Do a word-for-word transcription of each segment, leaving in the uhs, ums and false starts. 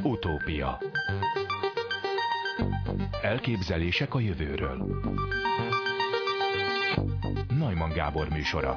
Utópia. Elképzelések a jövőről. Neumann Gábor műsora.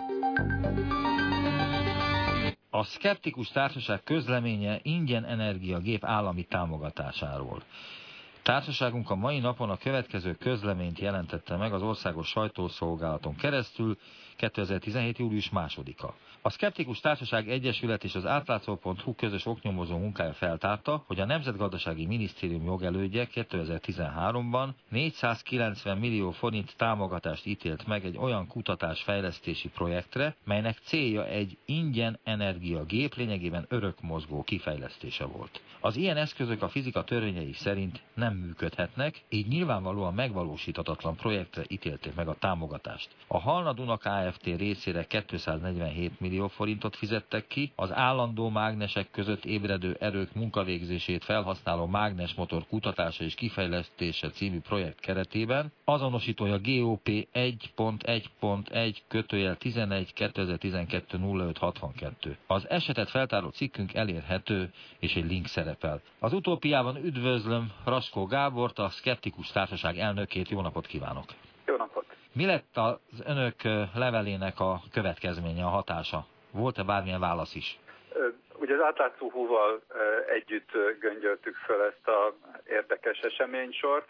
A Szkeptikus Társaság közleménye ingyen energiagép állami támogatásáról. Társaságunk a mai napon a következő közleményt jelentette meg az országos sajtószolgálaton keresztül, kétezer-tizenhét. július másodika. A Szkeptikus Társaság Egyesület és az átlátszó pont hu közös oknyomozó munkája feltárta, hogy a Nemzetgazdasági Minisztérium jogelődje kétezer-tizenháromban négyszázkilencven millió forint támogatást ítélt meg egy olyan kutatásfejlesztési projektre, melynek célja egy ingyen energiagép, lényegében örökmozgó kifejlesztése volt. Az ilyen eszközök a fizika törvényei szerint nem működhetnek, így nyilvánvalóan megvalósíthatatlan projektre ítélték meg a támogatást. A Halna-Duna Kft. Részére kétszáznegyvenhét millió forintot fizettek ki, az állandó mágnesek között ébredő erők munkavégzését felhasználó mágnesmotor kutatása és kifejlesztése című projekt keretében, azonosítója G O P egy pont egy pont egy tizenegy kétezer-tizenkettő nulla öt hatvankettő. Az esetet feltáró cikkünk elérhető, és egy link szerepel. Az Utópiában üdvözlöm Raskó Gábort, a Szkeptikus Társaság elnökét. Jó napot kívánok! Jó napot! Mi lett az önök levelének a következménye, a hatása? Volt-e bármilyen válasz is? Ugye az átlátszó húval együtt göngyöltük föl ezt az érdekes eseménysort.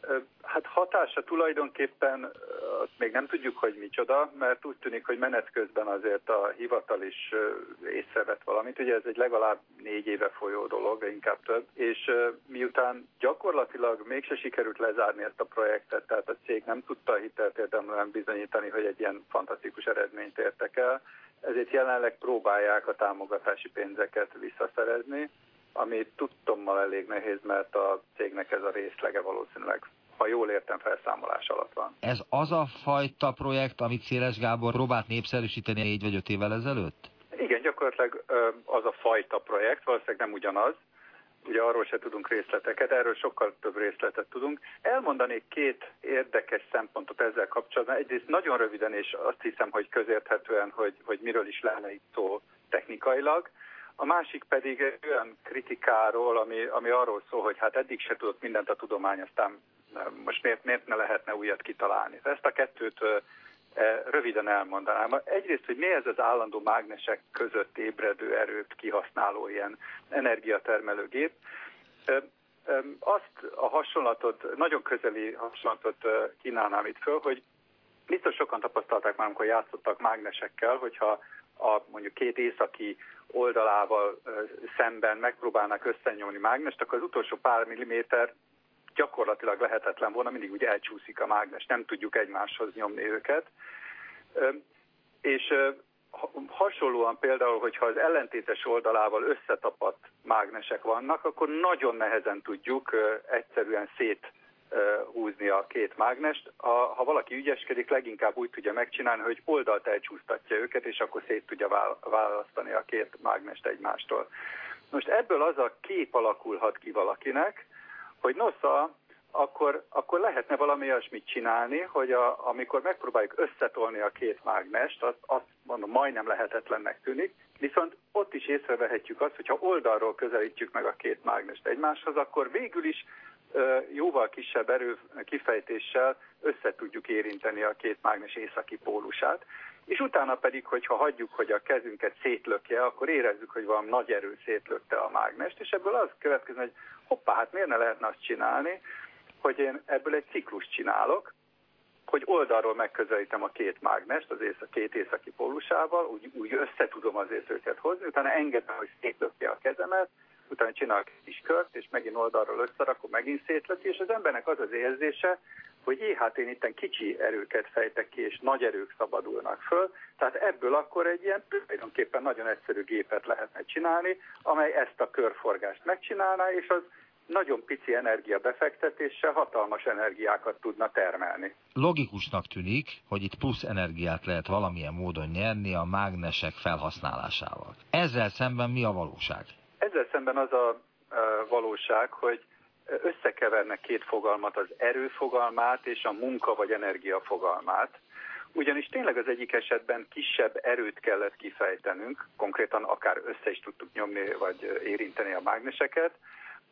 Hát hatása tulajdonképpen azt még nem tudjuk, hogy micsoda, mert úgy tűnik, hogy menet közben azért a hivatal is észrevett valamit. Ugye ez egy legalább négy éve folyó dolog, inkább több, és miután gyakorlatilag mégse sikerült lezárni ezt a projektet, tehát a cég nem tudta hitelt érdemlően bizonyítani, hogy egy ilyen fantasztikus eredményt értek el, ezért jelenleg próbálják a támogatási pénzeket visszaszerezni, ami tudtommal elég nehéz, mert a cégnek ez a részlege valószínűleg, ha jól értem, felszámolás alatt van. Ez az a fajta projekt, amit Széles Gábor próbált népszerűsíteni négy vagy öt évvel ezelőtt? Igen, gyakorlatilag az a fajta projekt, valószínűleg nem ugyanaz. Ugye arról se tudunk részleteket, erről sokkal több részletet tudunk. Elmondanék két érdekes szempontot ezzel kapcsolatban. Egyrészt nagyon röviden, és azt hiszem, hogy közérthetően, hogy, hogy miről is lenne itt szó technikailag. A másik pedig egy olyan kritikáról, ami, ami arról szól, hogy hát eddig se tudott mindent a tudomány, aztán most miért, miért ne lehetne újat kitalálni. Ezt a kettőt röviden elmondanám. Egyrészt, hogy mi ez az állandó mágnesek között ébredő erőt kihasználó ilyen energiatermelő gép. Azt a hasonlatot, nagyon közeli hasonlatot kínálnám itt föl, hogy biztos sokan tapasztalták már, amikor játszottak mágnesekkel, hogyha a mondjuk két északi oldalával szemben megpróbálnak összenyomni mágnest, akkor az utolsó pár milliméter gyakorlatilag lehetetlen volna, mindig úgy elcsúszik a mágnes, nem tudjuk egymáshoz nyomni őket. És hasonlóan például, hogyha az ellentétes oldalával összetapadt mágnesek vannak, akkor nagyon nehezen tudjuk egyszerűen széthúzni a két mágnest. Ha valaki ügyeskedik, leginkább úgy tudja megcsinálni, hogy oldalt elcsúsztatja őket, és akkor szét tudja választani a két mágnest egymástól. Most ebből az a kép alakulhat ki valakinek, hogy nosza, akkor, akkor lehetne valami olyasmit csinálni, hogy a, amikor megpróbáljuk összetolni a két mágnest, azt, azt mondom, majdnem lehetetlennek tűnik, viszont ott is észrevehetjük azt, hogyha oldalról közelítjük meg a két mágnest egymáshoz, akkor végül is ö, jóval kisebb erő kifejtéssel össze tudjuk érinteni a két mágnes északi pólusát, és utána pedig, hogyha hagyjuk, hogy a kezünket szétlökje, akkor érezzük, hogy valami nagy erő szétlökte a mágnest, és ebből az következne, hogy hoppá, hát miért ne lehetne azt csinálni, hogy én ebből egy ciklus csinálok, hogy oldalról megközelítem a két mágnest, az észak, két északi pólusával, úgy, úgy össze tudom azért őket hozni, utána engedem, hogy szétlökje a kezemet, utána csinálok egy kis kört, és megint oldalról összerakom, megint szétlöki, és az embernek az az érzése, hogy jé, hát én itten kicsi erőket fejtek ki, és nagy erők szabadulnak föl, tehát ebből akkor egy ilyen tulajdonképpen nagyon egyszerű gépet lehetne csinálni, amely ezt a körforgást megcsinálná, és az nagyon pici energiabefektetéssel hatalmas energiákat tudna termelni. Logikusnak tűnik, hogy itt plusz energiát lehet valamilyen módon nyerni a mágnesek felhasználásával. Ezzel szemben mi a valóság? Ezzel szemben az a valóság, hogy összekevernek két fogalmat, az erő fogalmát és a munka vagy energia fogalmát. Ugyanis tényleg az egyik esetben kisebb erőt kellett kifejtenünk, konkrétan akár össze is tudtuk nyomni vagy érinteni a mágneseket.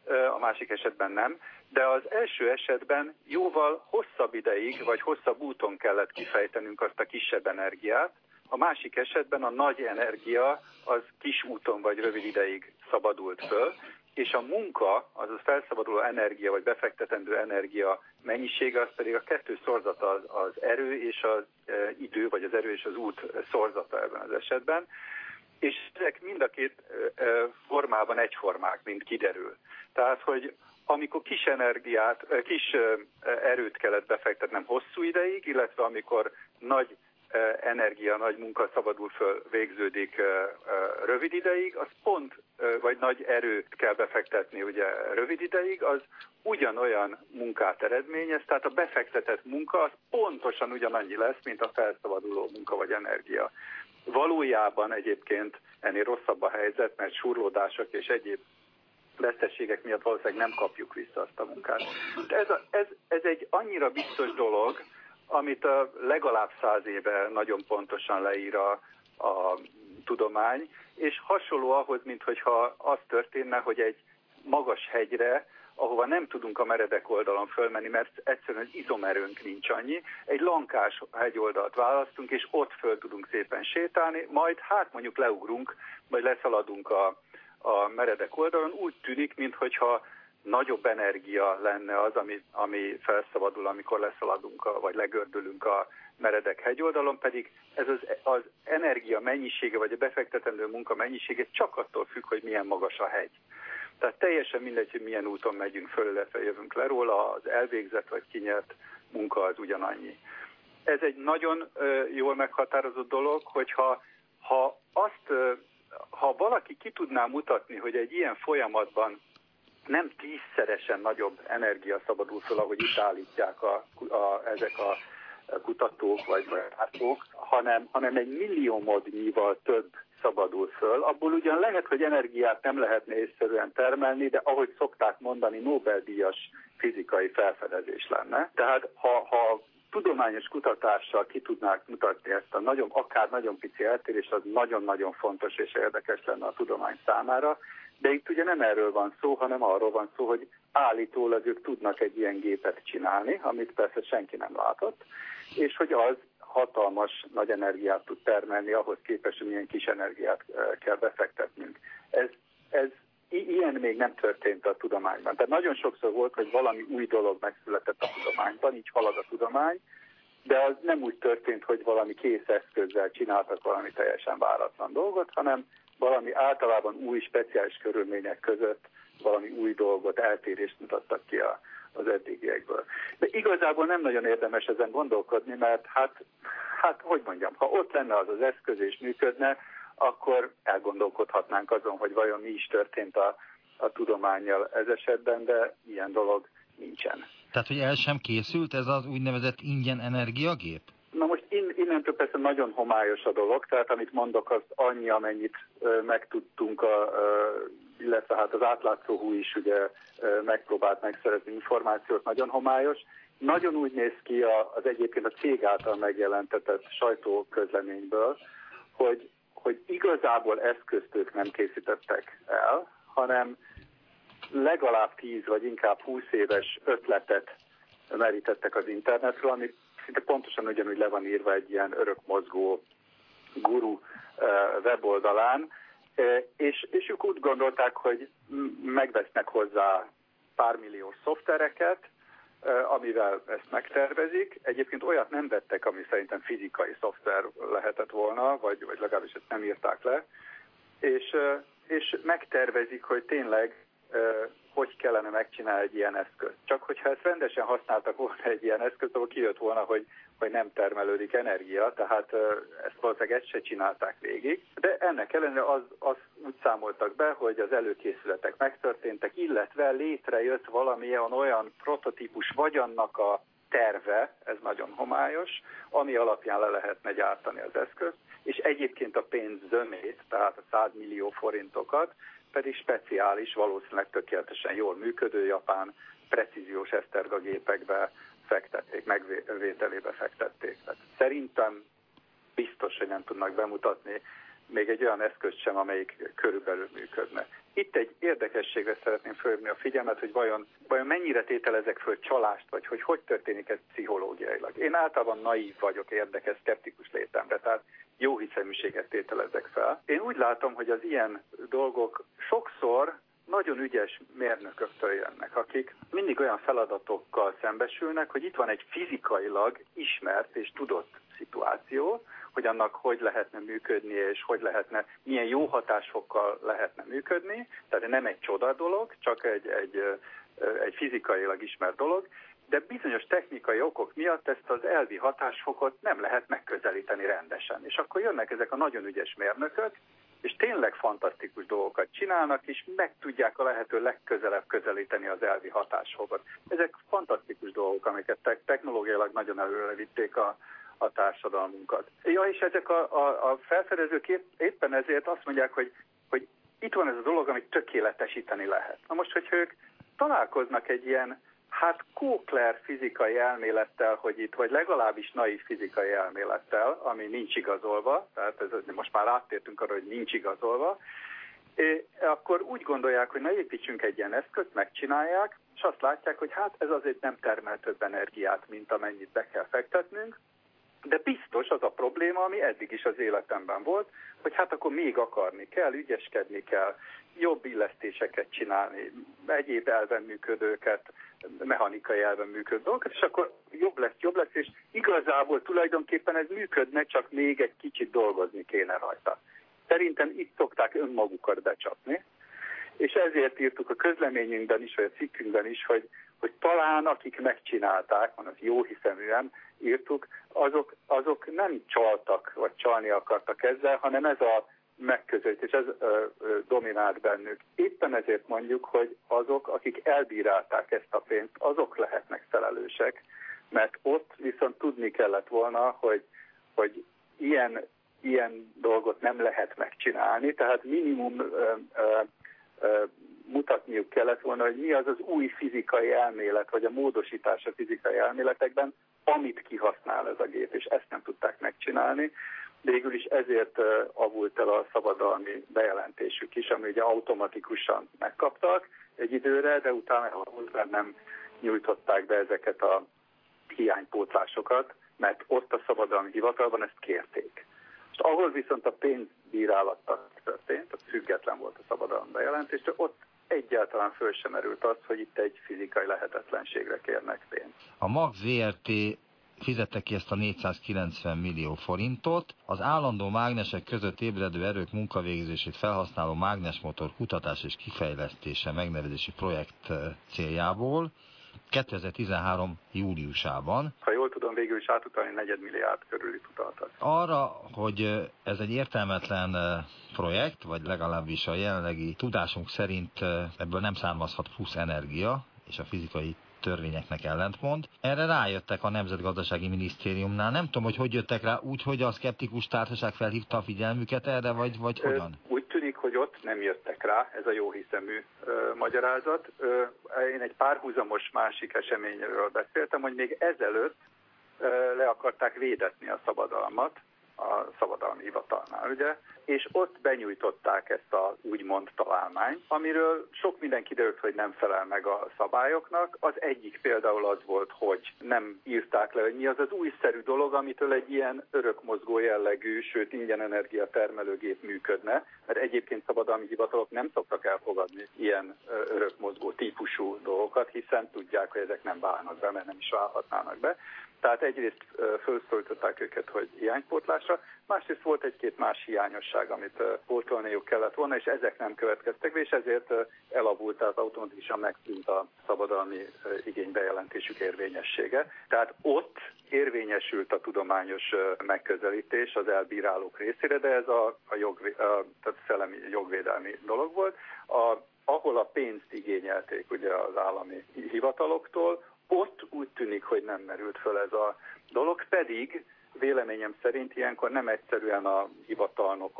a másik esetben nem, de az első esetben jóval hosszabb ideig, vagy hosszabb úton kellett kifejtenünk azt a kisebb energiát, a másik esetben a nagy energia az kis úton vagy rövid ideig szabadult föl, és a munka, azaz felszabaduló energia vagy befektetendő energia mennyisége, az pedig a kettő szorzata az, az erő és az e, idő, vagy az erő és az út szorzata ebben az esetben. És ezek mind a két e, formában egyformák, mint kiderül. Tehát, hogy amikor kis energiát, kis erőt kellett befektetnem hosszú ideig, illetve amikor nagy energia, nagy munka szabadul föl, végződik rövid ideig, az pont, vagy nagy erőt kell befektetni ugye rövid ideig, az ugyanolyan munkát eredményez, tehát a befektetett munka az pontosan ugyanannyi lesz, mint a felszabaduló munka vagy energia. Valójában egyébként ennél rosszabb a helyzet, mert surlódások és egyéb veszteségek miatt valószínűleg nem kapjuk vissza azt a munkát. De ez, a, ez, ez egy annyira biztos dolog, amit a legalább száz éve nagyon pontosan leír a, a tudomány, és hasonló ahhoz, minthogyha az történne, hogy egy magas hegyre, ahova nem tudunk a meredek oldalon fölmenni, mert egyszerűen az izomerőnk nincs annyi, egy lankás hegyoldalt választunk, és ott föl tudunk szépen sétálni, majd hát mondjuk leugrunk, vagy leszaladunk a, a meredek oldalon, úgy tűnik, minthogyha nagyobb energia lenne az, ami, ami felszabadul, amikor leszaladunk, a, vagy legördülünk a meredek hegyoldalon, pedig ez az, az energia mennyisége, vagy a befektetendő munka mennyisége csak attól függ, hogy milyen magas a hegy. Tehát teljesen mindegy, hogy milyen úton megyünk föl, illetve jövünk le róla, az elvégzett vagy kinyert munka az ugyanannyi. Ez egy nagyon uh, jól meghatározott dolog, hogyha ha azt, uh, ha valaki ki tudná mutatni, hogy egy ilyen folyamatban nem tízszeresen nagyobb energia szabadul föl, ahogy itt állítják a, a, ezek a kutatók vagy látók, hanem, hanem egy milliómodnyival több szabadul föl. Abból ugyan lehet, hogy energiát nem lehetne észszerűen termelni, de ahogy szokták mondani, Nobel-díjas fizikai felfedezés lenne. Tehát ha, ha tudományos kutatással ki tudnák mutatni ezt a nagyon, akár nagyon pici eltérést, az nagyon-nagyon fontos és érdekes lenne a tudomány számára. De itt ugye nem erről van szó, hanem arról van szó, hogy állítólag ők tudnak egy ilyen gépet csinálni, amit persze senki nem látott, és hogy az hatalmas nagy energiát tud termelni, ahhoz képest, hogy milyen kis energiát kell befektetnünk. Ez, ez ilyen még nem történt a tudományban. Tehát nagyon sokszor volt, hogy valami új dolog megszületett a tudományban, így halad a tudomány, de az nem úgy történt, hogy valami kész eszközzel csináltak valami teljesen váratlan dolgot, hanem valami általában új, speciális körülmények között valami új dolgot, eltérést mutattak ki a, az eddigiekből. De igazából nem nagyon érdemes ezen gondolkodni, mert hát, hát, hogy mondjam, ha ott lenne az az eszköz és működne, akkor elgondolkodhatnánk azon, hogy vajon mi is történt a, a tudománnyal ez esetben, de ilyen dolog nincsen. Tehát, hogy el sem készült ez az úgynevezett ingyen energiagép? Na most innentől persze nagyon homályos a dolog, tehát amit mondok, az annyi, amennyit megtudtunk, a, illetve hát az átlátszó hú is ugye megpróbált megszerezni információt, nagyon homályos. Nagyon úgy néz ki az egyébként a cég által megjelentetett sajtóközleményből, hogy, hogy igazából eszközt ők nem készítettek el, hanem legalább tíz vagy inkább húsz éves ötletet merítettek az internetről, ami szinte pontosan ugyanúgy le van írva egy ilyen örökmozgó guru weboldalán, és, és ők úgy gondolták, hogy megvesznek hozzá pár millió szoftvereket, amivel ezt megtervezik. Egyébként olyat nem vettek, ami szerintem fizikai szoftver lehetett volna, vagy, vagy legalábbis ezt nem írták le, és, és megtervezik, hogy tényleg hogy kellene megcsinálni egy ilyen eszközt. Csak hogyha ezt rendesen használtak volna egy ilyen eszközt, akkor kijött volna, hogy, hogy nem termelődik energia, tehát ezt valószínűleg ezt se csinálták végig. De ennek ellenére az, az úgy számoltak be, hogy az előkészületek megtörténtek, illetve létrejött valamilyen olyan prototípus, vagy annak a terve, ez nagyon homályos, ami alapján le lehetne gyártani az eszközt, és egyébként a pénz zömét, tehát a száz millió forintokat, pedig speciális, valószínűleg tökéletesen jól működő japán precíziós esztergagépekbe fektették, megvételébe fektették. Tehát szerintem biztos, hogy nem tudnak bemutatni még egy olyan eszközt sem, amelyik körülbelül működne. Itt egy érdekességre szeretném felhívni a figyelmet, hogy vajon, vajon mennyire tételezek föl csalást, vagy hogy hogy történik ez pszichológiailag. Én általában naív vagyok, érdekes, szkeptikus létemre, tehát jó hiszeműséget tételezek fel. Én úgy látom, hogy az ilyen dolgok sokszor nagyon ügyes mérnököktől jönnek, akik mindig olyan feladatokkal szembesülnek, hogy itt van egy fizikailag ismert és tudott szituáció, hogy annak hogy lehetne működni, és hogy lehetne, milyen jó hatásfokkal lehetne működni. Tehát nem egy csoda dolog, csak egy, egy, egy fizikailag ismert dolog, de bizonyos technikai okok miatt ezt az elvi hatásfokot nem lehet megközelíteni rendesen. És akkor jönnek ezek a nagyon ügyes mérnökök, és tényleg fantasztikus dolgokat csinálnak, és meg tudják a lehető legközelebb közelíteni az elvi hatásfokot. Ezek fantasztikus dolgok, amiket te- technológiailag nagyon előre vitték a, a társadalmunkat. Ja, és ezek a, a, a felfedezők épp, éppen ezért azt mondják, hogy, hogy itt van ez a dolog, amit tökéletesíteni lehet. Na most, hogyha ők találkoznak egy ilyen, hát Kókler fizikai elmélettel, hogy itt, vagy legalábbis naív fizikai elmélettel, ami nincs igazolva, tehát ez, most már áttértünk arra, hogy nincs igazolva, akkor úgy gondolják, hogy na építsünk egy ilyen eszközt, megcsinálják, és azt látják, hogy hát ez azért nem termel több energiát, mint amennyit be kell fektetnünk, de biztos az a probléma, ami eddig is az életemben volt, hogy hát akkor még akarni kell, ügyeskedni kell, jobb illesztéseket csinálni, egyéb elven működőket, mechanikai elven működő dolgokat, és akkor jobb lesz, jobb lesz, és igazából tulajdonképpen ez működne, csak még egy kicsit dolgozni kéne rajta. Szerintem itt szokták önmagukat becsapni, és ezért írtuk a közleményünkben is, vagy a cikkünkben is, hogy, hogy talán akik megcsinálták, van az jó hiszeműen írtuk, azok, azok nem csaltak, vagy csalni akartak ezzel, hanem ez a megközelítés, ez ö, ö, dominált bennük. Éppen ezért mondjuk, hogy azok, akik elbírálták ezt a pénzt, azok lehetnek felelősek, mert ott viszont tudni kellett volna, hogy, hogy ilyen, ilyen dolgot nem lehet megcsinálni, tehát minimum ö, ö, ö, mutatniuk kellett volna, hogy mi az az új fizikai elmélet, vagy a módosítás a fizikai elméletekben, amit kihasznál ez a gép, és ezt nem tudták megcsinálni. Végül is ezért avult el a szabadalmi bejelentésük is, ami ugye automatikusan megkaptak egy időre, de utána nem nyújtották be ezeket a hiánypótlásokat, mert ott a szabadalmi hivatalban ezt kérték. És ahol viszont a pénzbírálattal történt, az független volt a szabadalmi bejelentés, de ott egyáltalán föl sem merült az, hogy itt egy fizikai lehetetlenségre kérnek pénzt. A MAG zé er té fizette ki ezt a négyszázkilencven millió forintot, az állandó mágnesek között ébredő erők munkavégzését felhasználó mágnesmotor kutatás és kifejlesztése megnevezési projekt céljából kétezer-tizenhárom júliusában. Ha jól tudom, végül is átutalni negyedmilliárd körüli utaltak. Arra, hogy ez egy értelmetlen projekt, vagy legalábbis a jelenlegi tudásunk szerint ebből nem származhat plusz energia, és a fizikai törvényeknek ellentmond. Erre rájöttek a Nemzetgazdasági Minisztériumnál. Nem tudom, hogy hogy jöttek rá, úgy, hogy a szkeptikus társaság felhívta a figyelmüket erre, vagy, vagy hogyan? Úgy tűnik, hogy ott nem jöttek rá, ez a jó hiszemű ö, magyarázat. Ö, én egy párhuzamos másik eseményről beszéltem, hogy még ezelőtt ö, le akarták védetni a szabadalmat, a szabadalmi hivatalnál, ugye, és ott benyújtották ezt a úgymond találmányt, amiről sok minden kiderült, hogy nem felel meg a szabályoknak. Az egyik például az volt, hogy nem írták le, hogy mi az az újszerű dolog, amitől egy ilyen örökmozgó jellegű, sőt ingyen energia termelőgép működne, mert egyébként szabadalmi hivatalok nem szoktak elfogadni ilyen örökmozgó típusú dolgokat, hiszen tudják, hogy ezek nem válnak be, mert nem is válhatnának be. Tehát egyrészt felszólították őket, hogy hiánypótlásra, másrészt volt egy-két más hiányosság, amit pótolniuk kellett volna, és ezek nem következtek be, és ezért elavult, tehát automatikusan megszűnt a szabadalmi igénybejelentésük érvényessége. Tehát ott érvényesült a tudományos megközelítés az elbírálók részére, de ez a, a, jogvé, a tehát szellemi jogvédelmi dolog volt. A, ahol a pénzt igényelték ugye az állami hivataloktól, ott úgy tűnik, hogy nem merült föl ez a dolog, pedig véleményem szerint ilyenkor nem egyszerűen a hivatalnokok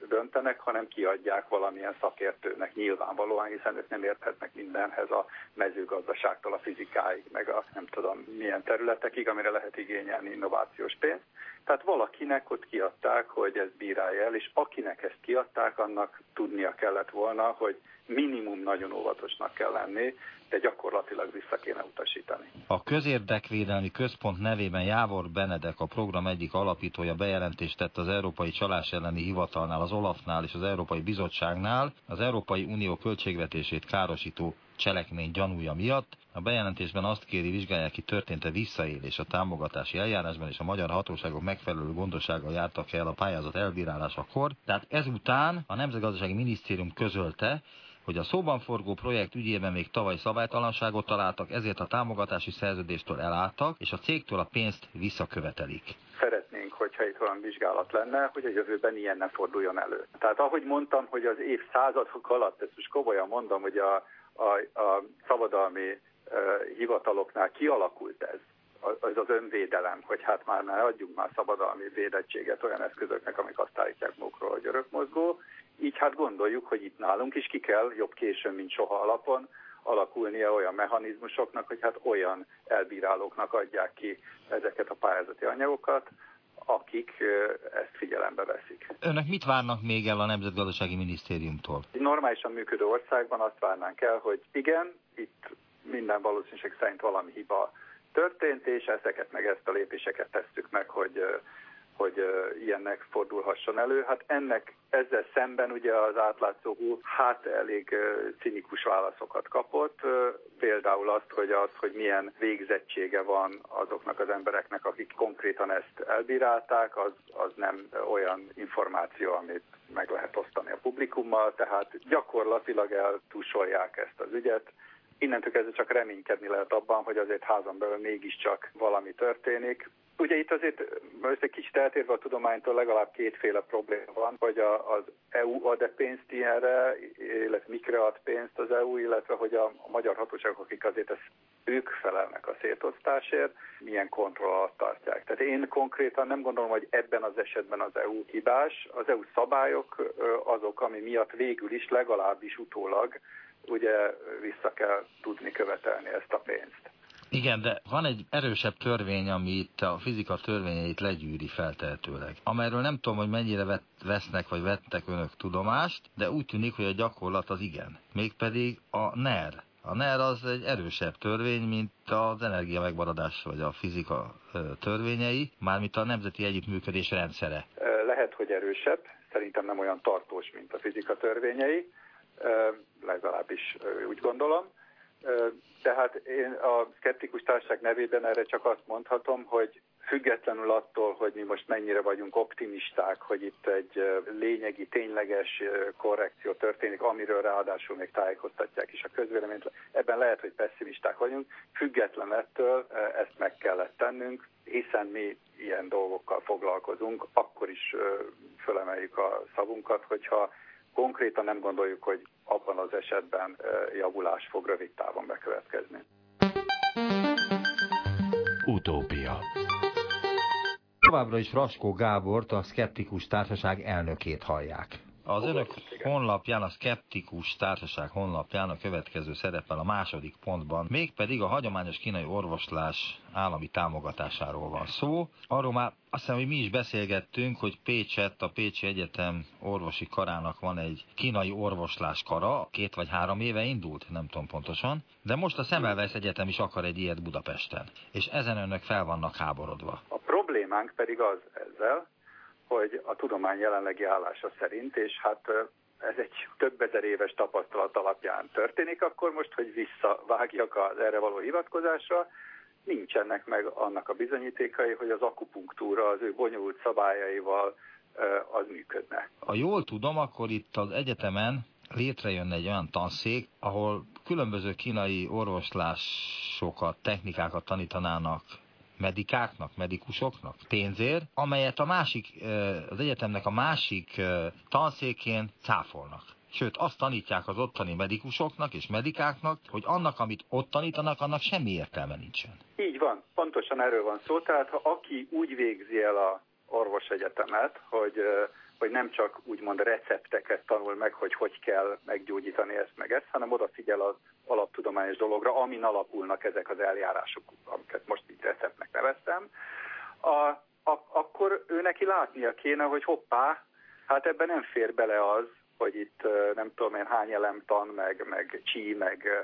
döntenek, hanem kiadják valamilyen szakértőnek nyilvánvalóan, hiszen ők nem érthetnek mindenhez a mezőgazdaságtól a fizikáig, meg a nem tudom milyen területekig, amire lehet igényelni innovációs pénzt. Tehát valakinek ott kiadták, hogy ezt bírálja el, és akinek ezt kiadták, annak tudnia kellett volna, hogy minimum nagyon óvatosnak kell lenni, de gyakorlatilag vissza kéne utasítani. A Közérdekvédelmi Központ nevében Jávor Benedek, a program egyik alapítója bejelentést tett az Európai Csalás elleni Hivatalnál, az Olafnál és az Európai Bizottságnál az Európai Unió költségvetését károsító cselekmény gyanúja miatt. A bejelentésben azt kéri, vizsgálják ki, történt-e visszaélés a támogatási eljárásban, és a magyar hatóságok megfelelő gondossággal jártak el a pályázat elbírálásakor. Tehát ezután a Nemzetgazdasági Minisztérium közölte, hogy a szóban forgó projekt ügyében még tavaly szabálytalanságot találtak, ezért a támogatási szerződéstől elálltak, és a cégtől a pénzt visszakövetelik. Szeretnénk, hogyha itt olyan vizsgálat lenne, hogy a jövőben ilyen ne forduljon elő. Tehát ahogy mondtam, hogy az évszázadok alatt, ezt most komolyan mondom, hogy a, a, a szabadalmi uh, hivataloknál kialakult ez, az az önvédelem, hogy hát már ne adjunk már szabadalmi védettséget olyan eszközöknek, amik azt állítják magukról, hogy örökmozgó. Így hát gondoljuk, hogy itt nálunk is ki kell, jobb későn, mint soha alapon, alakulnia olyan mechanizmusoknak, hogy hát olyan elbírálóknak adják ki ezeket a pályázati anyagokat, akik ezt figyelembe veszik. Önök mit várnak még el a Nemzetgazdasági Minisztériumtól? Egy normálisan működő országban azt várnánk el, hogy igen, itt minden valószínűség szerint valami hiba történt, és ezeket meg ezt a lépéseket tesszük meg, hogy hogy uh, ilyennek fordulhasson elő. Hát ennek ezzel szemben ugye az átlátszó hú hát elég uh, cinikus válaszokat kapott. Uh, például azt, hogy az, hogy milyen végzettsége van azoknak az embereknek, akik konkrétan ezt elbírálták, az, az nem olyan információ, amit meg lehet osztani a publikummal, tehát gyakorlatilag eltúsolják ezt az ügyet. Innentől kezdve csak reménykedni lehet abban, hogy azért házon belül mégiscsak valami történik. Ugye itt azért, most egy kicsit eltérve a tudománytól, legalább kétféle probléma van, hogy a, az é u ad-e pénzt ilyenre, illetve mikre ad pénzt az é u, illetve hogy a, a magyar hatóságok, akik azért ezt, ők felelnek a szétosztásért, milyen kontroll alatt tartják. Tehát én konkrétan nem gondolom, hogy ebben az esetben az é u hibás. Az é u szabályok azok, ami miatt végül is legalábbis utólag ugye vissza kell tudni követelni ezt a pénzt. Igen, de van egy erősebb törvény, ami itt a fizika törvényeit legyűri feltehetőleg. Amelyről nem tudom, hogy mennyire vesznek vagy vettek önök tudomást, de úgy tűnik, hogy a gyakorlat az igen. Mégpedig a NER. A NER az egy erősebb törvény, mint az energia megmaradás vagy a fizika törvényei, mármint a nemzeti együttműködés rendszere. Lehet, hogy erősebb, szerintem nem olyan tartós, mint a fizika törvényei, legalábbis úgy gondolom. Tehát én a Szkeptikus Társaság nevében erre csak azt mondhatom, hogy függetlenül attól, hogy mi most mennyire vagyunk optimisták, hogy itt egy lényegi, tényleges korrekció történik, amiről ráadásul még tájékoztatják is a közvéleményt, ebben lehet, hogy pessimisták vagyunk, független ettől ezt meg kellett tennünk, hiszen mi ilyen dolgokkal foglalkozunk, akkor is fölemeljük a szavunkat, hogyha konkrétan nem gondoljuk, hogy abban az esetben javulás fog rövid távon bekövetkezni. Utópia. Továbbra is Raskó Gábort, a Szkeptikus Társaság elnökét hallják. Az önök honlapján, a Szkeptikus Társaság honlapján a következő szerepel a második pontban, mégpedig a hagyományos kínai orvoslás állami támogatásáról van szó. Arról már azt hiszem, hogy mi is beszélgettünk, hogy Pécsett, a Pécsi Egyetem orvosi karának van egy kínai orvoslás kara, két vagy három éve indult, nem tudom pontosan, de most a Semmelweis Egyetem is akar egy ilyet Budapesten, és ezen önök fel vannak háborodva. A problémánk pedig az ezzel, hogy a tudomány jelenlegi állása szerint, és hát ez egy több ezer éves tapasztalat alapján történik, akkor most, hogy visszavágjak az erre való hivatkozásra, nincsenek meg annak a bizonyítékai, hogy az akupunktúra az ő bonyolult szabályaival az működne. Ha jól tudom, akkor itt az egyetemen létrejön egy olyan tanszék, ahol különböző kínai orvoslásokat, technikákat tanítanának medikáknak, medikusoknak pénzért, amelyet a másik, az egyetemnek a másik tanszékén cáfolnak. Sőt, azt tanítják az ottani medikusoknak és medikáknak, hogy annak, amit ott tanítanak, annak semmi értelme nincsen. Így van, pontosan erről van szó. Tehát ha aki úgy végzi el a orvosegyetemet, hogy hogy nem csak úgymond recepteket tanul meg, hogy hogy kell meggyógyítani ezt meg ezt, hanem odafigyel az alaptudományos dologra, amin alapulnak ezek az eljárások, amiket most így receptnek neveztem, a, a, akkor ő neki látnia kéne, hogy hoppá, hát ebben nem fér bele az, hogy itt nem tudom én hány elemtan, meg, meg csí, meg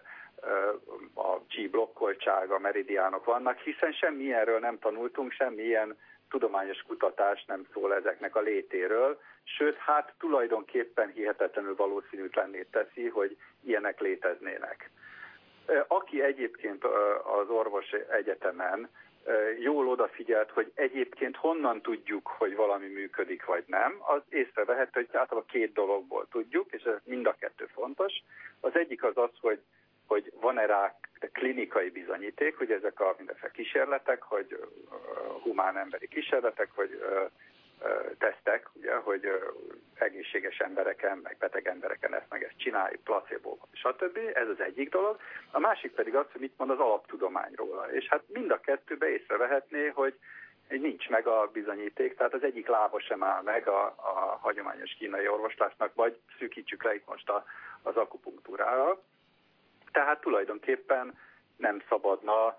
a csí blokkoltság, a meridiánok vannak, hiszen semmilyenről nem tanultunk, semmilyen tudományos kutatás nem szól ezeknek a létéről, sőt, hát tulajdonképpen hihetetlenül valószínűtlenné teszi, hogy ilyenek léteznének. Aki egyébként az orvosi egyetemen jól odafigyelt, hogy egyébként honnan tudjuk, hogy valami működik vagy nem, az észrevehető, hogy általában két dologból tudjuk, és ez mind a kettő fontos. Az egyik az az, hogy, hogy van-e rá klinikai bizonyíték, hogy ezek a mindenféle kísérletek, hogy humán emberi kísérletek, hogy tesztek, ugye, hogy egészséges embereken, meg beteg embereken ezt meg ezt csináljuk, placebóval, stb. Ez az egyik dolog. A másik pedig az, hogy mit mond az alaptudományról. És hát mind a kettőbe észrevehetné, hogy nincs meg a bizonyíték, tehát az egyik lába sem áll meg a, a hagyományos kínai orvoslásnak, vagy szűkítsük le itt most a, az akupunktúrára. Tehát tulajdonképpen nem szabadna,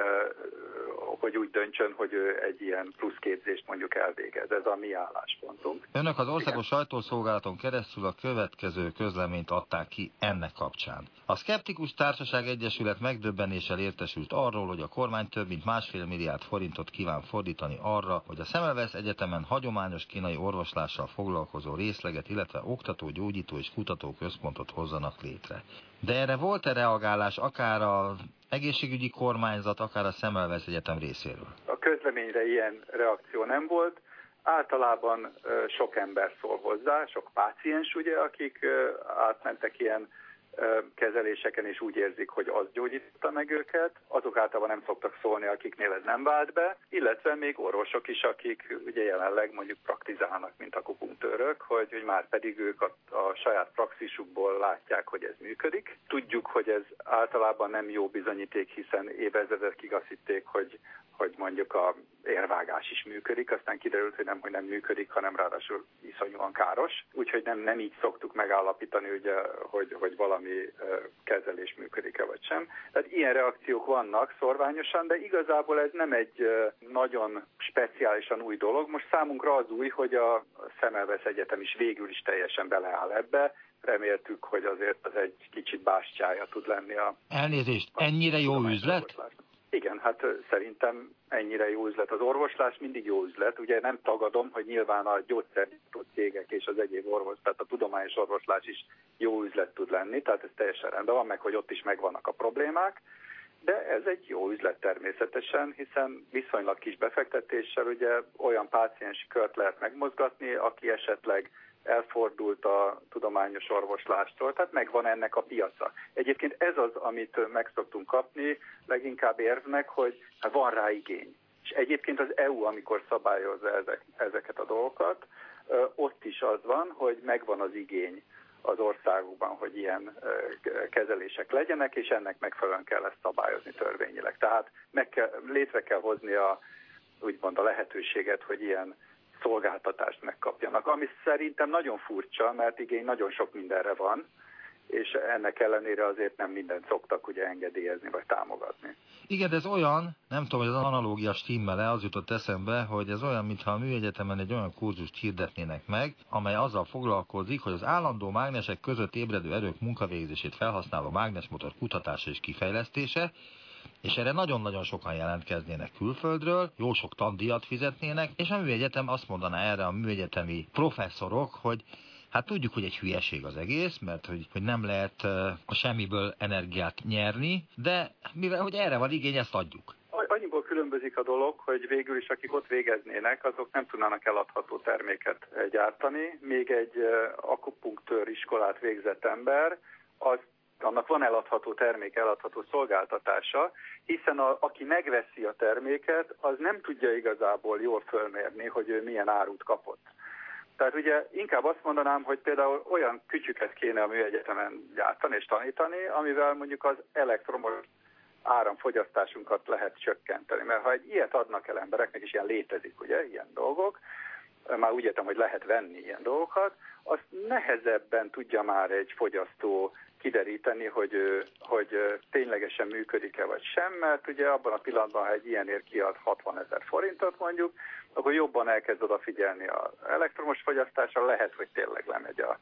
hogy úgy döntsön, hogy ő egy ilyen pluszképzést mondjuk elvégez. Ez a mi álláspontunk. Önök az Országos Sajtószolgálaton keresztül a következő közleményt adták ki ennek kapcsán. A Szkeptikus Társaság Egyesület megdöbbenéssel értesült arról, hogy a kormány több mint másfél milliárd forintot kíván fordítani arra, hogy a Semmelweis Egyetemen hagyományos kínai orvoslással foglalkozó részleget, illetve oktató, gyógyító és kutató központot hozzanak létre. De erre volt-e reagálás akár az egészségügyi kormányzat, akár a Semmelweis Egyetem részéről? A közleményre ilyen reakció nem volt. Általában sok ember szól hozzá, sok páciens, ugye, akik átmentek ilyen kezeléseken, és úgy érzik, hogy az gyógyította meg őket. Azok általában nem szoktak szólni, akiknél ez nem vált be, illetve még orvosok is, akik ugye jelenleg mondjuk praktizálnak, mint akupunktőrök, hogy, hogy már pedig ők a, a saját praxisukból látják, hogy ez működik. Tudjuk, hogy ez általában nem jó bizonyíték, hiszen évezredekig azt hitték, hogy hogy mondjuk a érvágás is működik, aztán kiderült, hogy nem, hogy nem működik, hanem ráadásul iszonyúan káros. Úgyhogy nem, nem így szoktuk megállapítani, ugye, hogy, hogy valami kezelés működik-e vagy sem. Tehát ilyen reakciók vannak szorványosan, de igazából ez nem egy nagyon speciálisan új dolog. Most számunkra az új, hogy a Semmelweis Egyetem is végül is teljesen beleáll ebbe. Reméltük, hogy azért az egy kicsit bástyája tud lenni a... Elnézést, ennyire jó üzlet? Igen, hát szerintem ennyire jó üzlet. Az orvoslás mindig jó üzlet. Ugye nem tagadom, hogy nyilván a gyógyszergyártó cégek és az egyéb orvos, tehát a tudományos orvoslás is jó üzlet tud lenni, tehát ez teljesen rendben van, meg hogy ott is megvannak a problémák, de ez egy jó üzlet természetesen, hiszen viszonylag kis befektetéssel ugye olyan páciensi kört lehet megmozgatni, aki esetleg elfordult a tudományos orvoslástól, tehát megvan ennek a piaca. Egyébként ez az, amit meg szoktunk kapni, leginkább érvnek, hogy van rá igény. És egyébként az é u, amikor szabályozza ezek, ezeket a dolgokat, ott is az van, hogy megvan az igény az országokban, hogy ilyen kezelések legyenek, és ennek megfelelően kell ezt szabályozni törvényileg. Tehát meg kell, létre kell hozni a, úgymond a lehetőséget, hogy ilyen szolgáltatást megkapjanak, ami szerintem nagyon furcsa, mert igény nagyon sok mindenre van, és ennek ellenére azért nem mindent szoktak ugye engedélyezni vagy támogatni. Igen, de ez olyan, nem tudom, hogy az analógia stimmel-e, az jutott eszembe, hogy ez olyan, mintha a műegyetemen egy olyan kurzust hirdetnének meg, amely azzal foglalkozik, hogy az állandó mágnesek között ébredő erők munkavégzését felhasználó mágnesmotor kutatása és kifejlesztése, és erre nagyon-nagyon sokan jelentkeznének külföldről, jó sok tandíjat fizetnének, és a műegyetem azt mondaná erre a műegyetemi professzorok, hogy hát tudjuk, hogy egy hülyeség az egész, mert hogy, hogy nem lehet a semmiből energiát nyerni, de mivel hogy erre van igény, ezt adjuk. Annyiból különbözik a dolog, hogy végül is akik ott végeznének, azok nem tudnának eladható terméket gyártani. Még egy akupunktőr iskolát végzett ember, az annak van eladható termék, eladható szolgáltatása, hiszen a, aki megveszi a terméket, az nem tudja igazából jól fölmérni, hogy ő milyen árut kapott. Tehát ugye inkább azt mondanám, hogy például olyan kütyüket kéne a műegyetemen gyártani és tanítani, amivel mondjuk az elektromos áramfogyasztásunkat lehet csökkenteni. Mert ha egy ilyet adnak el embereknek, és ilyen létezik, ugye, ilyen dolgok, már úgy értem, hogy lehet venni ilyen dolgokat, azt nehezebben tudja már egy fogyasztó kideríteni, hogy, hogy ténylegesen működik-e vagy sem, mert ugye abban a pillanatban, ha egy ilyenért kiad hatvanezer forintot mondjuk, akkor jobban elkezd odafigyelni az elektromos fogyasztásra, lehet, hogy tényleg lemegy a,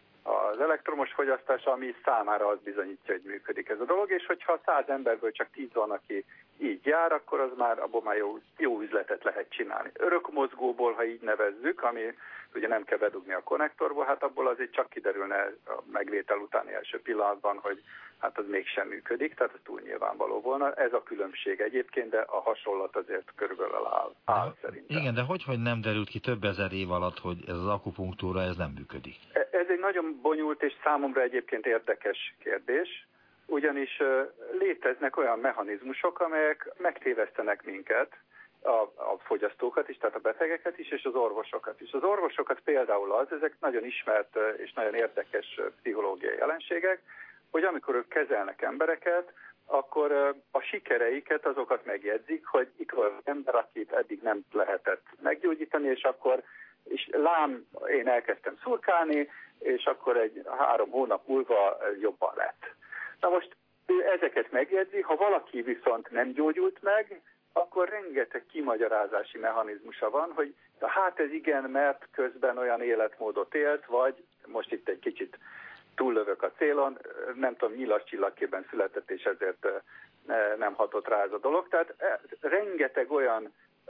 az elektromos fogyasztás, ami számára az bizonyítja, hogy működik ez a dolog, és hogyha száz emberből csak tíz van, aki így jár, akkor az már, abból már jó, jó üzletet lehet csinálni. Örökmozgóból, ha így nevezzük, ami ugye nem kell bedugni a konnektorból, hát abból azért csak kiderülne a megvétel utáni első pillanatban, hogy hát az mégsem működik, tehát ez túl nyilvánvaló volna. Ez a különbség egyébként, de a hasonlat azért körülbelül áll, áll szerintem. Igen, de hogy, hogy nem derült ki több ezer év alatt, hogy ez az akupunktúra, ez nem működik? Ez egy nagyon bonyolult és számomra egyébként érdekes kérdés, ugyanis léteznek olyan mechanizmusok, amelyek megtévesztenek minket, a, a fogyasztókat is, tehát a betegeket is, és az orvosokat is. Az orvosokat például az, ezek nagyon ismert és nagyon érdekes pszichológiai jelenségek, hogy amikor ők kezelnek embereket, akkor a sikereiket azokat megjegyzik, hogy itt van az ember, akit eddig nem lehetett meggyógyítani, és akkor és lám, én elkezdtem szurkálni, és akkor egy három hónap múlva jobban lett. Na most ő ezeket megjegyzi, ha valaki viszont nem gyógyult meg, akkor rengeteg kimagyarázási mechanizmusa van, hogy hát ez igen, mert közben olyan életmódot élt, vagy most itt egy kicsit túllövök a célon, nem tudom, nyilas csillagképben született, és ezért nem hatott rá ez a dolog. Tehát rengeteg olyan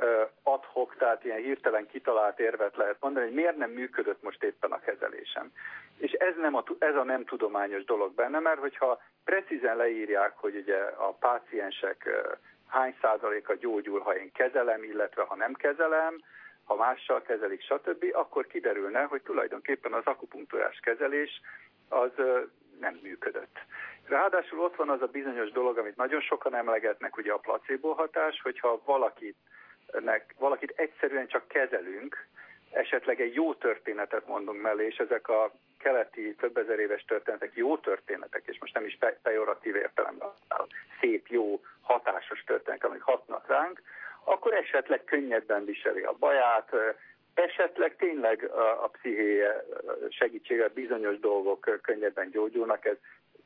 ad-hoc, tehát ilyen hirtelen kitalált érvet lehet mondani, hogy miért nem működött most éppen a kezelésem. És ez, nem a, ez a nem tudományos dolog benne, mert hogyha precízen leírják, hogy ugye a páciensek hány százaléka gyógyul, ha én kezelem, illetve ha nem kezelem, ha mással kezelik, stb., akkor kiderülne, hogy tulajdonképpen az akupunktúrás kezelés az nem működött. Ráadásul ott van az a bizonyos dolog, amit nagyon sokan emlegetnek, ugye a placebo hatás, hogyha valakit, nek, valakit egyszerűen csak kezelünk, esetleg egy jó történetet mondunk mellé, és ezek a keleti több ezer éves történetek jó történetek, és most nem is pejoratív értelemben, szép, jó, hatásos történetek, amik hatnak ránk, akkor esetleg könnyebben viseli a baját, esetleg tényleg a, a pszichéje segítségével bizonyos dolgok könnyebben gyógyulnak, ez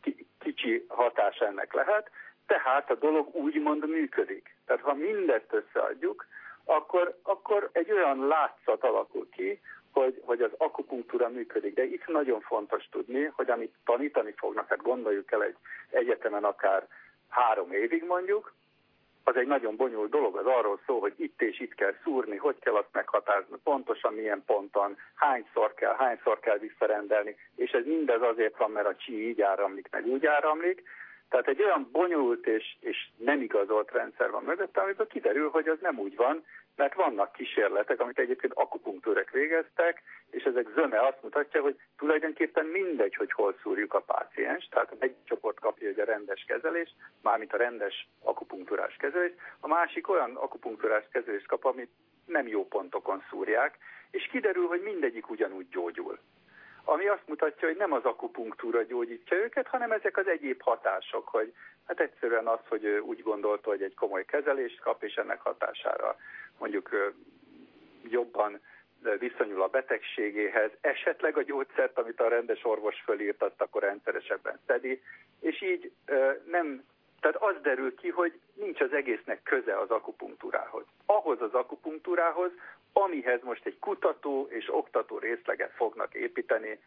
kicsi hatás ennek lehet, tehát a dolog úgymond működik. Tehát ha mindezt összeadjuk, akkor, akkor egy olyan látszat alakul ki, hogy, hogy az akupunktúra működik. De itt nagyon fontos tudni, hogy amit tanítani fognak, hát gondoljuk el egy egyetemen akár három évig mondjuk, az egy nagyon bonyolult dolog, az arról szól, hogy itt és itt kell szúrni, hogy kell azt meghatározni, pontosan milyen ponton, hányszor kell, hányszor kell visszarendelni, és ez mindez azért van, mert a csí így áramlik, meg úgy áramlik. Tehát egy olyan bonyolult és, és nem igazolt rendszer van mögötte, amiből kiderül, hogy az nem úgy van, mert vannak kísérletek, amit egyébként akupunktúrek végeztek, és ezek zöme azt mutatja, hogy tulajdonképpen mindegy, hogy hol szúrjuk a páciens, tehát egy csoport kapja ugye a rendes kezelést, mármint a rendes akupunktúrás kezelést, a másik olyan akupunktúrás kezelést kap, amit nem jó pontokon szúrják, és kiderül, hogy mindegyik ugyanúgy gyógyul. Ami azt mutatja, hogy nem az akupunktúra gyógyítja őket, hanem ezek az egyéb hatások, hogy hát egyszerűen az, hogy ő úgy gondolta, hogy egy komoly kezelést kap, és ennek hatására mondjuk jobban viszonyul a betegségéhez, esetleg a gyógyszert, amit a rendes orvos fölírtat, akkor rendszeresebben szedi, és így nem, tehát az derül ki, hogy nincs az egésznek köze az akupunktúrához. Ahhoz az akupunktúrához, amihez most egy kutató és oktató részleget fognak építeni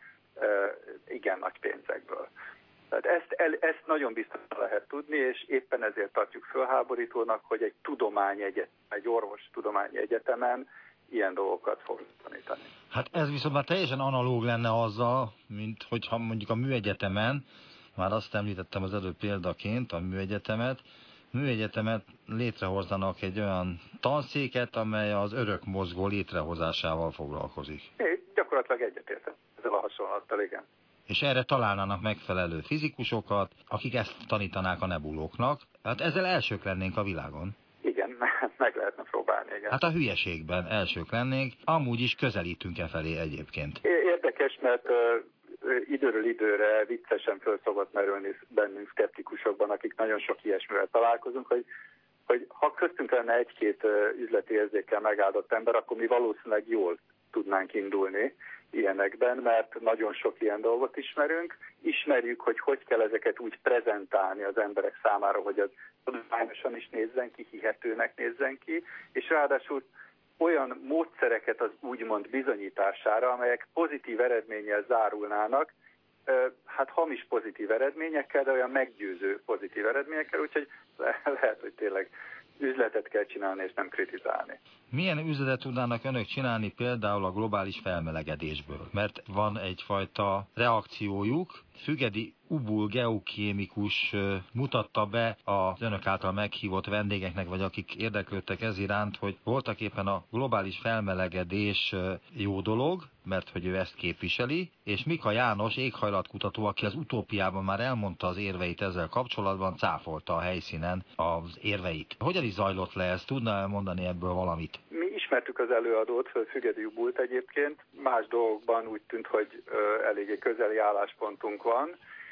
igen nagy pénzekből. Tehát ezt, el, ezt nagyon biztosan lehet tudni, és éppen ezért tartjuk fölháborítónak, hogy egy tudományegyetem, egy orvostudományi egyetemen ilyen dolgokat fog tanítani. Hát ez viszont már teljesen analóg lenne azzal, mint hogyha mondjuk a műegyetemen, már azt említettem az előbb példaként, a műegyetemet, műegyetemet létrehozzanak egy olyan tanszéket, amely az örök mozgó létrehozásával foglalkozik. É, gyakorlatilag egyetértek ezzel a hasonlattal, igen. És erre találnának megfelelő fizikusokat, akik ezt tanítanák a nebulóknak. Hát ezzel elsők lennénk a világon. Igen, meg lehetne próbálni, igen. Hát a hülyeségben elsők lennénk, amúgy is közelítünk e felé egyébként. Érdekes, mert uh, időről időre viccesen föl szokott merülni bennünk szkeptikusokban, akik nagyon sok ilyesmivel találkozunk, hogy, hogy ha köztünk lenne egy-két uh, üzleti érzékkel megáldott ember, akkor mi valószínűleg jól tudnánk indulni ilyenekben, mert nagyon sok ilyen dolgot ismerünk. Ismerjük, hogy hogy kell ezeket úgy prezentálni az emberek számára, hogy az tudományosan is nézzen ki, hihetőnek nézzen ki, és ráadásul olyan módszereket az úgymond bizonyítására, amelyek pozitív eredménnyel zárulnának, hát hamis pozitív eredményekkel, de olyan meggyőző pozitív eredményekkel, úgyhogy lehet, hogy tényleg üzletet kell csinálni, és nem kritizálni. Milyen üzletet tudnának önök csinálni például a globális felmelegedésből? Mert van egyfajta reakciójuk. Fügedi Ubul geokémikus mutatta be az önök által meghívott vendégeknek, vagy akik érdeklődtek ez iránt, hogy voltaképpen a globális felmelegedés jó dolog, mert hogy ő ezt képviseli, és Mika János éghajlatkutató, aki az Utópiában már elmondta az érveit ezzel kapcsolatban, cáfolta a helyszínen az érveit. Hogyan is zajlott le ez? Tudná mondani ebből valamit? Mi ismertük az előadót, Fügedi Ubult egyébként, más dolgokban úgy tűnt, hogy eléggé közeli álláspontunk van,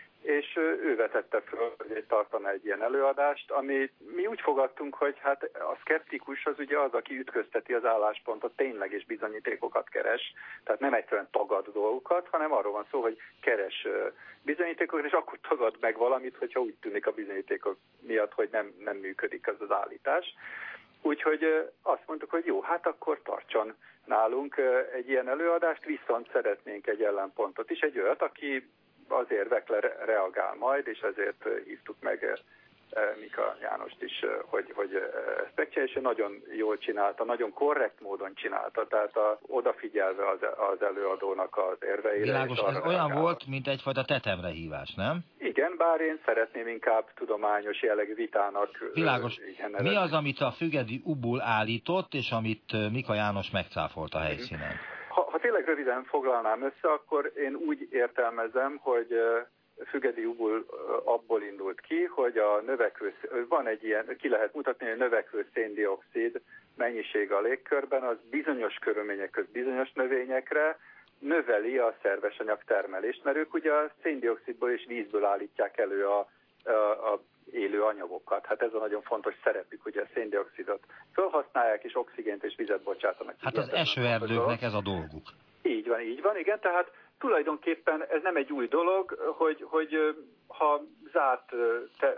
és ő vetette föl, hogy tartana egy ilyen előadást, ami mi úgy fogadtunk, hogy hát a szkeptikus az ugye az, aki ütközteti az álláspontot, tényleg és bizonyítékokat keres, tehát nem egyszerűen tagad dolgokat, hanem arról van szó, hogy keres bizonyítékokat, és akkor tagad meg valamit, hogyha úgy tűnik a bizonyítékok miatt, hogy nem, nem működik az az állítás. Úgyhogy azt mondtuk, hogy jó, hát akkor tartson nálunk egy ilyen előadást, viszont szeretnénk egy ellenpontot is, egy olyat, aki az érvekre reagál majd, és ezért hívtuk meg Mika Jánost is, hogy, hogy ezt megcsinálja, és nagyon jól csinálta, nagyon korrekt módon csinálta, tehát a, odafigyelve az, az előadónak az érveire. Világos, ez olyan reagál. Volt, mint egyfajta tetemre hívás, nem? Igen, bár én szeretném inkább tudományos jellegű vitának. Világos. Igen, mi az, amit a Fügedi Ubul állított, és amit Mika János megcáfolt a helyszínen? Ha, ha tényleg röviden foglalnám össze, akkor én úgy értelmezem, hogy Fügedi Ubul abból indult ki, hogy a növekvő, van egy ilyen, ki lehet mutatni, hogy a növekvő széndioxid mennyiség a légkörben, az bizonyos körülmények között bizonyos növényekre növeli a szervesanyag termelést, mert ők ugye a széndioxidból és vízből állítják elő a, a, a élő anyagokat. Hát ez a nagyon fontos szerepük, hogy a széndioxidot felhasználják, és oxigént és vizet bocsátanak. Hát az esőerdőknek ez a dolguk. Így van, így van, igen, tehát tulajdonképpen ez nem egy új dolog, hogy, hogy ha zárt te,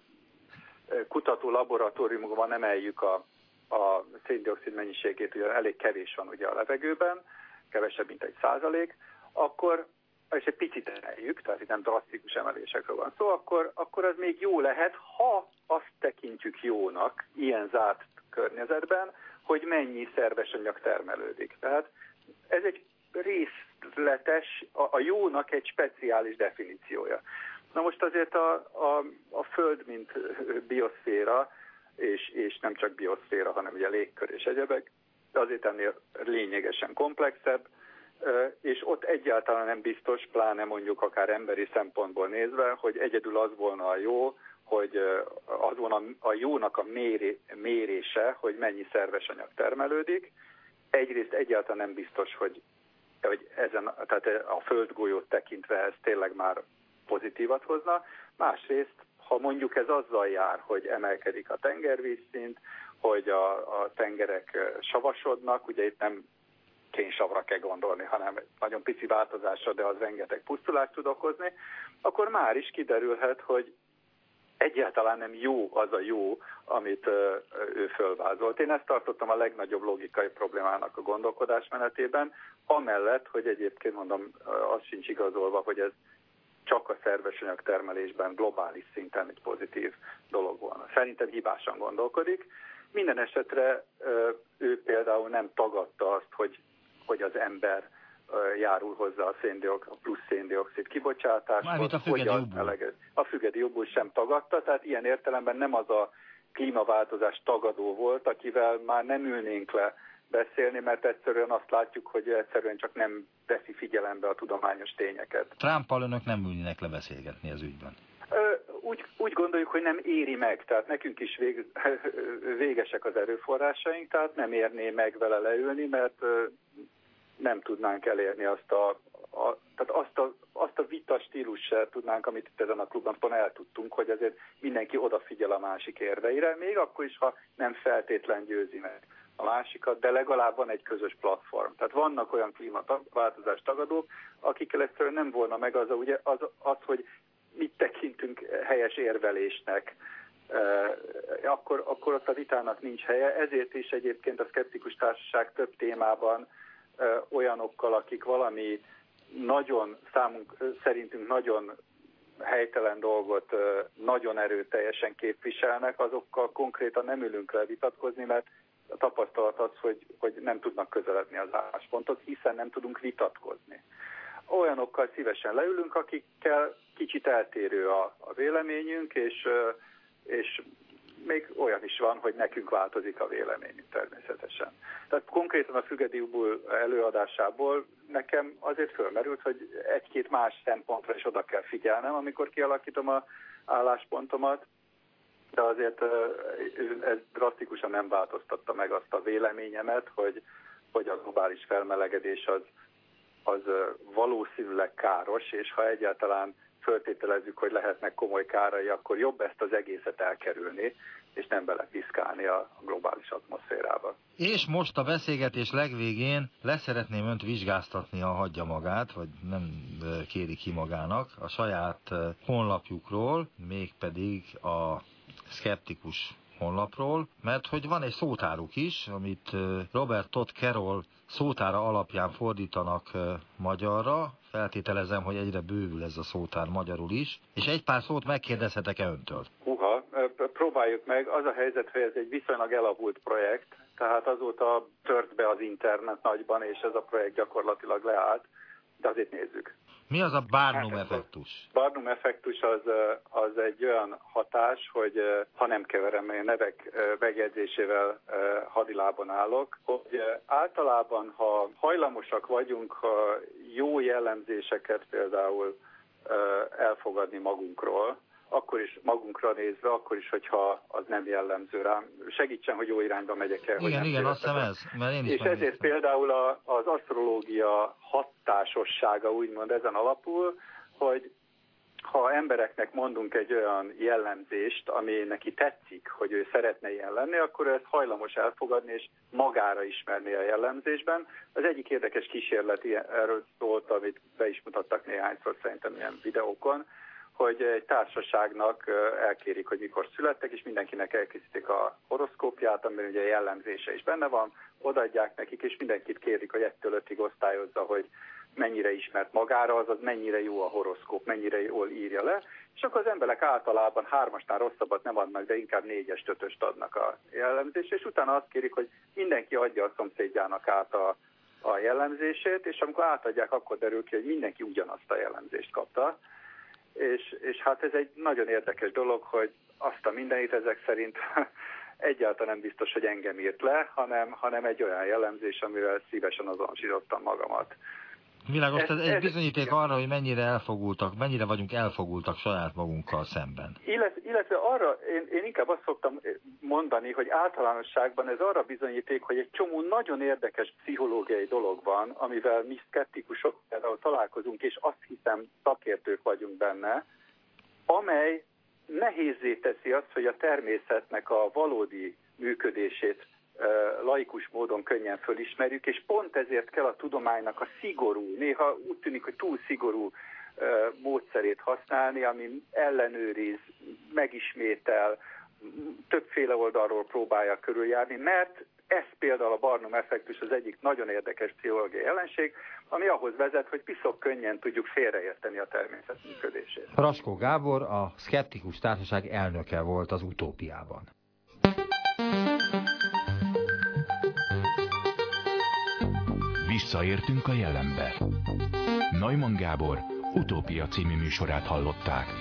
kutató laboratóriumokban emeljük a, a széndioxid mennyiségét, ugye elég kevés van ugye a levegőben, kevesebb, mint egy százalék, akkor, és egy picit emeljük, tehát itt nem drasztikus emelésekről van szó, akkor, akkor az még jó lehet, ha azt tekintjük jónak ilyen zárt környezetben, hogy mennyi szervesanyag termelődik. Tehát ez egy részletes, a, a jónak egy speciális definíciója. Na most azért a, a, a Föld, mint bioszféra, és, és nem csak bioszféra, hanem ugye légkör és egyebek, azért ennél lényegesen komplexebb, és ott egyáltalán nem biztos, pláne mondjuk akár emberi szempontból nézve, hogy egyedül az volna a jó, hogy az volna a jónak a méré, mérése, hogy mennyi szervesanyag termelődik. Egyrészt egyáltalán nem biztos, hogy, hogy ezen, tehát a földgolyót tekintve ez tényleg már pozitívat hozna. Másrészt, ha mondjuk ez azzal jár, hogy emelkedik a tengervízszint, hogy a, a tengerek savasodnak, ugye itt nem kénysavra kell gondolni, hanem nagyon pici változásra, de az rengeteg pusztulást tud okozni, akkor már is kiderülhet, hogy egyáltalán nem jó az a jó, amit ő fölvázolt. Én ezt tartottam a legnagyobb logikai problémának a gondolkodásmenetében, amellett, hogy egyébként mondom, az sincs igazolva, hogy ez csak a szervesanyag termelésben globális szinten egy pozitív dolog volna. Szerintem hibásan gondolkodik. Minden esetre ő például nem tagadta azt, hogy, hogy az ember járul hozzá a, széndioxid, a plusz széndioxid kibocsátáshoz. A Fügedi Ubul. A Fügedi Ubul sem tagadta, tehát ilyen értelemben nem az a klímaváltozás tagadó volt, akivel már nem ülnénk le beszélni, mert egyszerűen azt látjuk, hogy egyszerűen csak nem veszi figyelembe a tudományos tényeket. Trumpal önök nem ülnének le beszélgetni az ügyben? Úgy, úgy gondoljuk, hogy nem éri meg, tehát nekünk is vég, végesek az erőforrásaink, tehát nem érné meg vele leülni, mert nem tudnánk elérni azt a, a, tehát azt a, azt a vita stílus se tudnánk, amit itt ezen a klubban eltudtunk, hogy azért mindenki odafigyel a másik érveire, még akkor is, ha nem feltétlen győzi meg a másikat, de legalább van egy közös platform. Tehát vannak olyan klímaváltozás tagadók, akikkel egyszerűen nem volna meg az, ugye, az, az, hogy mit tekintünk helyes érvelésnek, e, akkor, akkor ott a vitának nincs helye. Ezért is egyébként a Szkeptikus Társaság több témában e, olyanokkal, akik valami nagyon számunk, szerintünk nagyon helytelen dolgot nagyon erőteljesen képviselnek, azokkal konkrétan nem ülünk le vitatkozni, mert a tapasztalat az, hogy, hogy nem tudnak közeledni az álláspontot, hiszen nem tudunk vitatkozni. Olyanokkal szívesen leülünk, akikkel kicsit eltérő a, a véleményünk, és, és még olyan is van, hogy nekünk változik a véleményünk természetesen. Tehát konkrétan a Fügedi Ubu előadásából nekem azért fölmerült, hogy egy-két más szempontra is oda kell figyelnem, amikor kialakítom az álláspontomat, de azért ez drasztikusan nem változtatta meg azt a véleményemet, hogy, hogy a globális felmelegedés az, az valószínűleg káros, és ha egyáltalán föltételezzük, hogy lehetnek komoly kárai, akkor jobb ezt az egészet elkerülni, és nem belepiszkálni a globális atmoszférába. És most a beszélgetés legvégén leszeretném önt vizsgáztatni, ha hagyja magát, vagy nem kéri ki magának, a saját honlapjukról, mégpedig a Szkeptikus honlapról, mert hogy van egy szótáruk is, amit Robert Todd Carroll szótára alapján fordítanak magyarra. Feltételezem, hogy egyre bővül ez a szótár magyarul is, és egy pár szót megkérdezhetek-e öntől? Uha, próbáljuk meg. Az a helyzet, hogy ez egy viszonylag elavult projekt, tehát azóta tört be az internet nagyban, és ez a projekt gyakorlatilag leállt, de azért nézzük. Mi az a Barnum-effektus? Barnum-effektus az, az egy olyan hatás, hogy ha nem keverem, a nevek megjegyzésével hadilában állok, hogy általában, ha hajlamosak vagyunk ha jó jellemzéseket például elfogadni magunkról, akkor is magunkra nézve, akkor is, hogyha az nem jellemző rám. Segítsen, hogy jó irányba megyek el. Igen, igen, azt hiszem ez. Mert én is és ezért például a, az asztrológia hatásossága úgymond ezen alapul, hogy ha embereknek mondunk egy olyan jellemzést, ami neki tetszik, hogy ő szeretne ilyen lenni, akkor ő ezt hajlamos elfogadni és magára ismerni a jellemzésben. Az egyik érdekes kísérlet erről szólt, amit be is mutattak néhányszor szerintem ilyen videókon, hogy egy társaságnak elkérik, hogy mikor születtek, és mindenkinek elkészítik a horoszkópját, amiben ugye jellemzése is benne van, odaadják nekik, és mindenkit kérik, hogy ettől ötig osztályozza, hogy mennyire ismert magára, azaz mennyire jó a horoszkóp, mennyire jól írja le, és akkor az emberek általában hármasnál rosszabbat nem adnak, de inkább négyes, ötöst adnak a jellemzésre, és utána azt kérik, hogy mindenki adja a szomszédjának át a, a jellemzését, és amikor átadják, akkor derül ki, hogy mindenki ugyanazt a jellemzést kapta. És, és hát ez egy nagyon érdekes dolog, hogy azt a mindenit ezek szerint egyáltalán nem biztos, hogy engem írt le, hanem, hanem egy olyan jellemzés, amivel szívesen azonosítottam magamat. Világos, ez, ez egy bizonyíték arra, hogy mennyire elfogultak, mennyire vagyunk elfogultak saját magunkkal szemben. Illetve, illetve arra, én, én inkább azt szoktam mondani, hogy általánosságban ez arra bizonyíték, hogy egy csomó nagyon érdekes pszichológiai dolog van, amivel mi szkeptikusok például találkozunk, és azt hiszem szakértők vagyunk benne, amely nehézzé teszi azt, hogy a természetnek a valódi működését laikus módon könnyen fölismerjük, és pont ezért kell a tudománynak a szigorú, néha úgy tűnik, hogy túl szigorú módszerét használni, ami ellenőriz, megismétel, többféle oldalról próbálja körüljárni, mert ez például a Barnum-effektus az egyik nagyon érdekes pszichológiai jelenség, ami ahhoz vezet, hogy piszok könnyen tudjuk félreérteni a természet működését. Raskó Gábor, a Szkeptikus Társaság elnöke volt az Utópiában. Visszaértünk a jelenbe. Neumann Gábor Utópia című műsorát hallották.